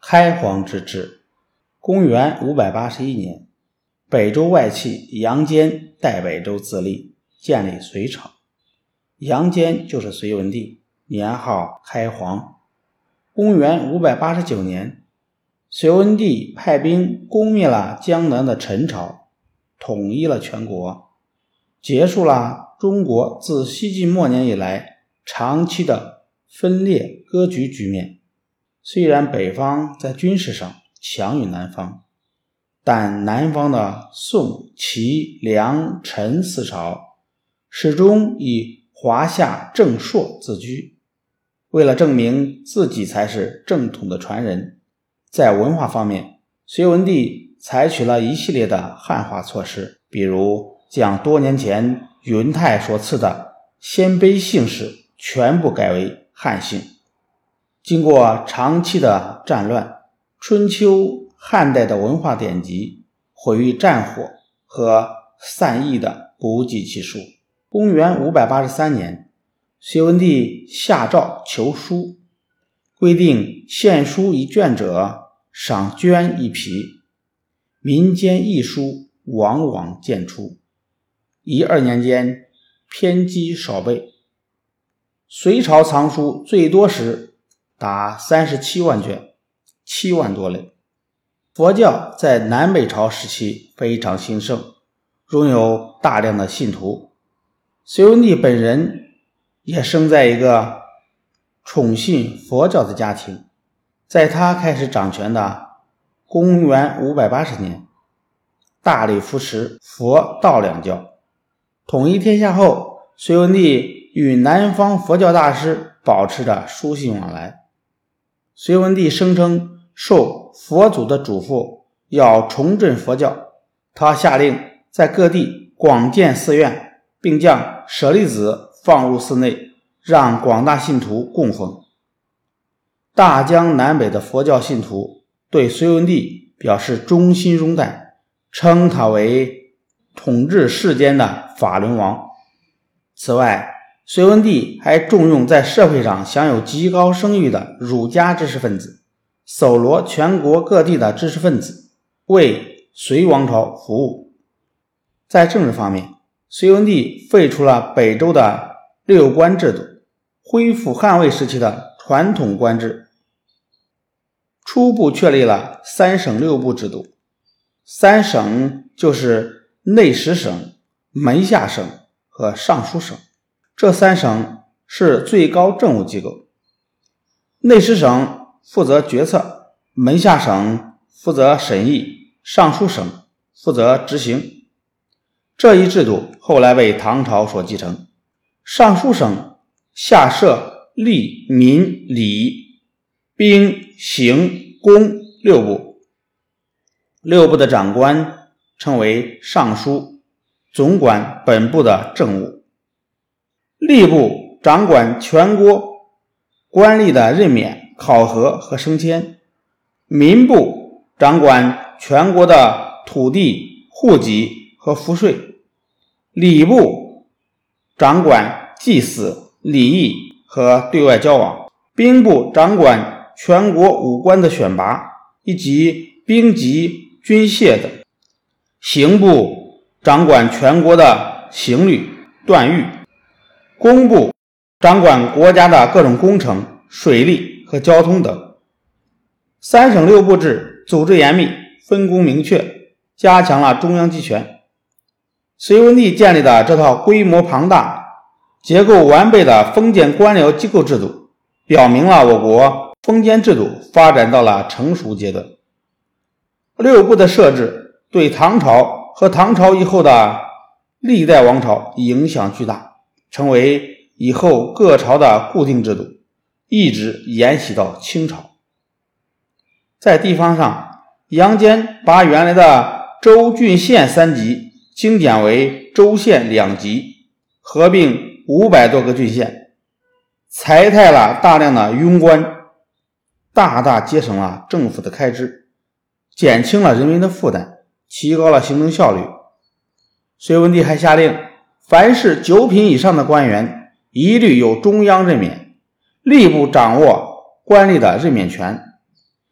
开皇之治。公元581年，北周外戚杨坚代北周自立，建立隋朝。杨坚就是隋文帝，年号开皇。公元589年，隋文帝派兵攻灭了江南的陈朝，统一了全国，结束了中国自西晋末年以来长期的分裂割据局面。虽然北方在军事上强于南方，但南方的宋、齐、梁、陈四朝始终以华夏正朔自居。为了证明自己才是正统的传人，在文化方面，隋文帝采取了一系列的汉化措施，比如将多年前云泰所赐的鲜卑姓氏全部改为汉姓。经过长期的战乱，春秋汉代的文化典籍毁于战火和散佚的不计其数。公元583年，隋文帝下诏求书，规定献书一卷者赏绢一匹，民间异书往往见出。12年间，篇积少倍。隋朝藏书最多时达37万卷，7万多类。佛教在南北朝时期非常兴盛，拥有大量的信徒。隋文帝本人也生在一个宠信佛教的家庭。在他开始掌权的公元580年，大力扶持佛道两教。统一天下后，隋文帝与南方佛教大师保持着书信往来。隋文帝声称受佛祖的嘱咐要重振佛教，他下令在各地广建寺院，并将舍利子放入寺内，让广大信徒供奉。大江南北的佛教信徒对隋文帝表示衷心拥戴，称他为统治世间的法轮王。此外，隋文帝还重用在社会上享有极高声誉的儒家知识分子，搜罗全国各地的知识分子，为隋王朝服务。在政治方面，隋文帝废除了北周的六官制度，恢复汉魏时期的传统官制，初步确立了3省6部制度。3省就是内史省、门下省和尚书省，这3省是最高政务机构。内史省负责决策，门下省负责审议，尚书省负责执行。这一制度后来为唐朝所继承。尚书省下设吏、民、礼、兵、刑、工6部，6部的长官称为尚书，总管本部的政务。吏部掌管全国官吏的任免、考核和升迁，民部掌管全国的土地、户籍和赋税，礼部掌管祭祀、礼义和对外交往，兵部掌管全国武官的选拔以及兵籍、军械等，刑部掌管全国的刑律、断狱，工部掌管国家的各种工程、水利和交通等。3省6部制组织严密，分工明确，加强了中央集权。隋文帝建立的这套规模庞大、结构完备的封建官僚机构制度，表明了我国封建制度发展到了成熟阶段。6部的设置对唐朝和唐朝以后的历代王朝影响巨大，成为以后各朝的固定制度，一直沿袭到清朝。在地方上，杨坚把原来的州、郡、县3级精简为州、县2级，合并500多个郡县，裁汰了大量的庸官，大大节省了政府的开支，减轻了人民的负担，提高了行政效率。隋文帝还下令，凡是9品以上的官员一律由中央任免，吏部掌握官吏的任免权，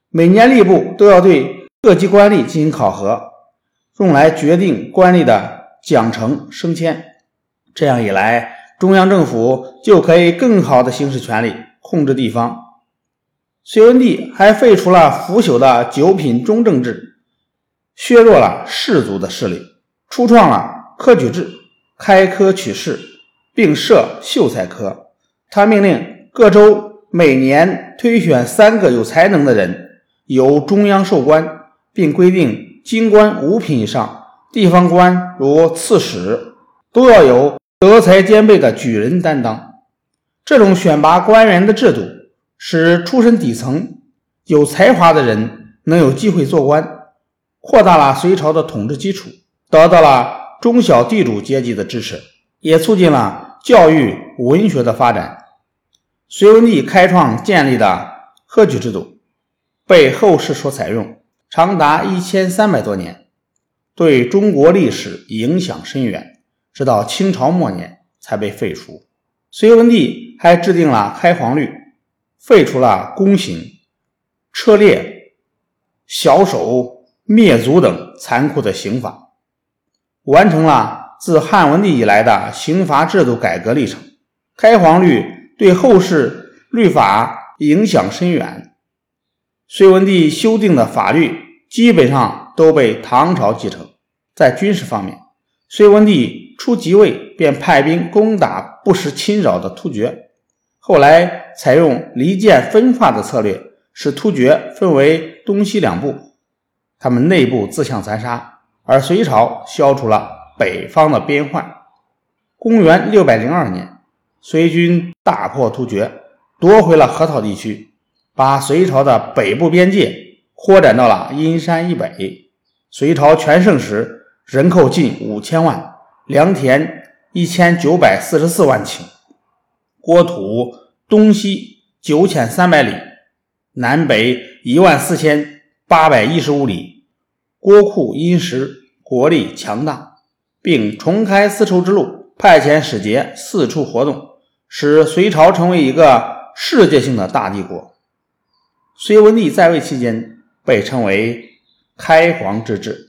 每年吏部都要对各级官吏进行考核，用来决定官吏的奖惩升迁。这样一来，中央政府就可以更好地行使权力，控制地方。隋文帝还废除了腐朽的九品中正制，削弱了士族的势力，初创了科举制，开科取士，并设秀才科。他命令各州每年推选3个有才能的人，由中央授官，并规定京官5品以上，地方官如刺史都要有德才兼备的举人担当。这种选拔官员的制度使出身底层有才华的人能有机会做官，扩大了隋朝的统治基础，得到了中小地主阶级的支持，也促进了教育文学的发展。隋文帝开创建立的科举制度被后世所采用，长达1300多年，对中国历史影响深远，直到清朝末年才被废除。隋文帝还制定了开皇律，废除了宫刑、车裂、小手、灭族等残酷的刑罚，完成了自汉文帝以来的刑罚制度改革历程。开皇律对后世律法影响深远，隋文帝修订的法律基本上都被唐朝继承。在军事方面，隋文帝初即位便派兵攻打不时侵扰的突厥，后来采用离间分化的策略，使突厥分为东西两部，他们内部自相残杀，而隋朝消除了北方的边患。公元602年，隋军大破突厥，夺回了河套地区，把隋朝的北部边界扩展到了阴山以北。隋朝全盛时人口近5000万，良田1944万顷，国土东西9300里，南北14815里，国库殷实，国力强大，并重开丝绸之路，派遣使节四处活动，使隋朝成为一个世界性的大帝国。隋文帝在位期间被称为开皇之治。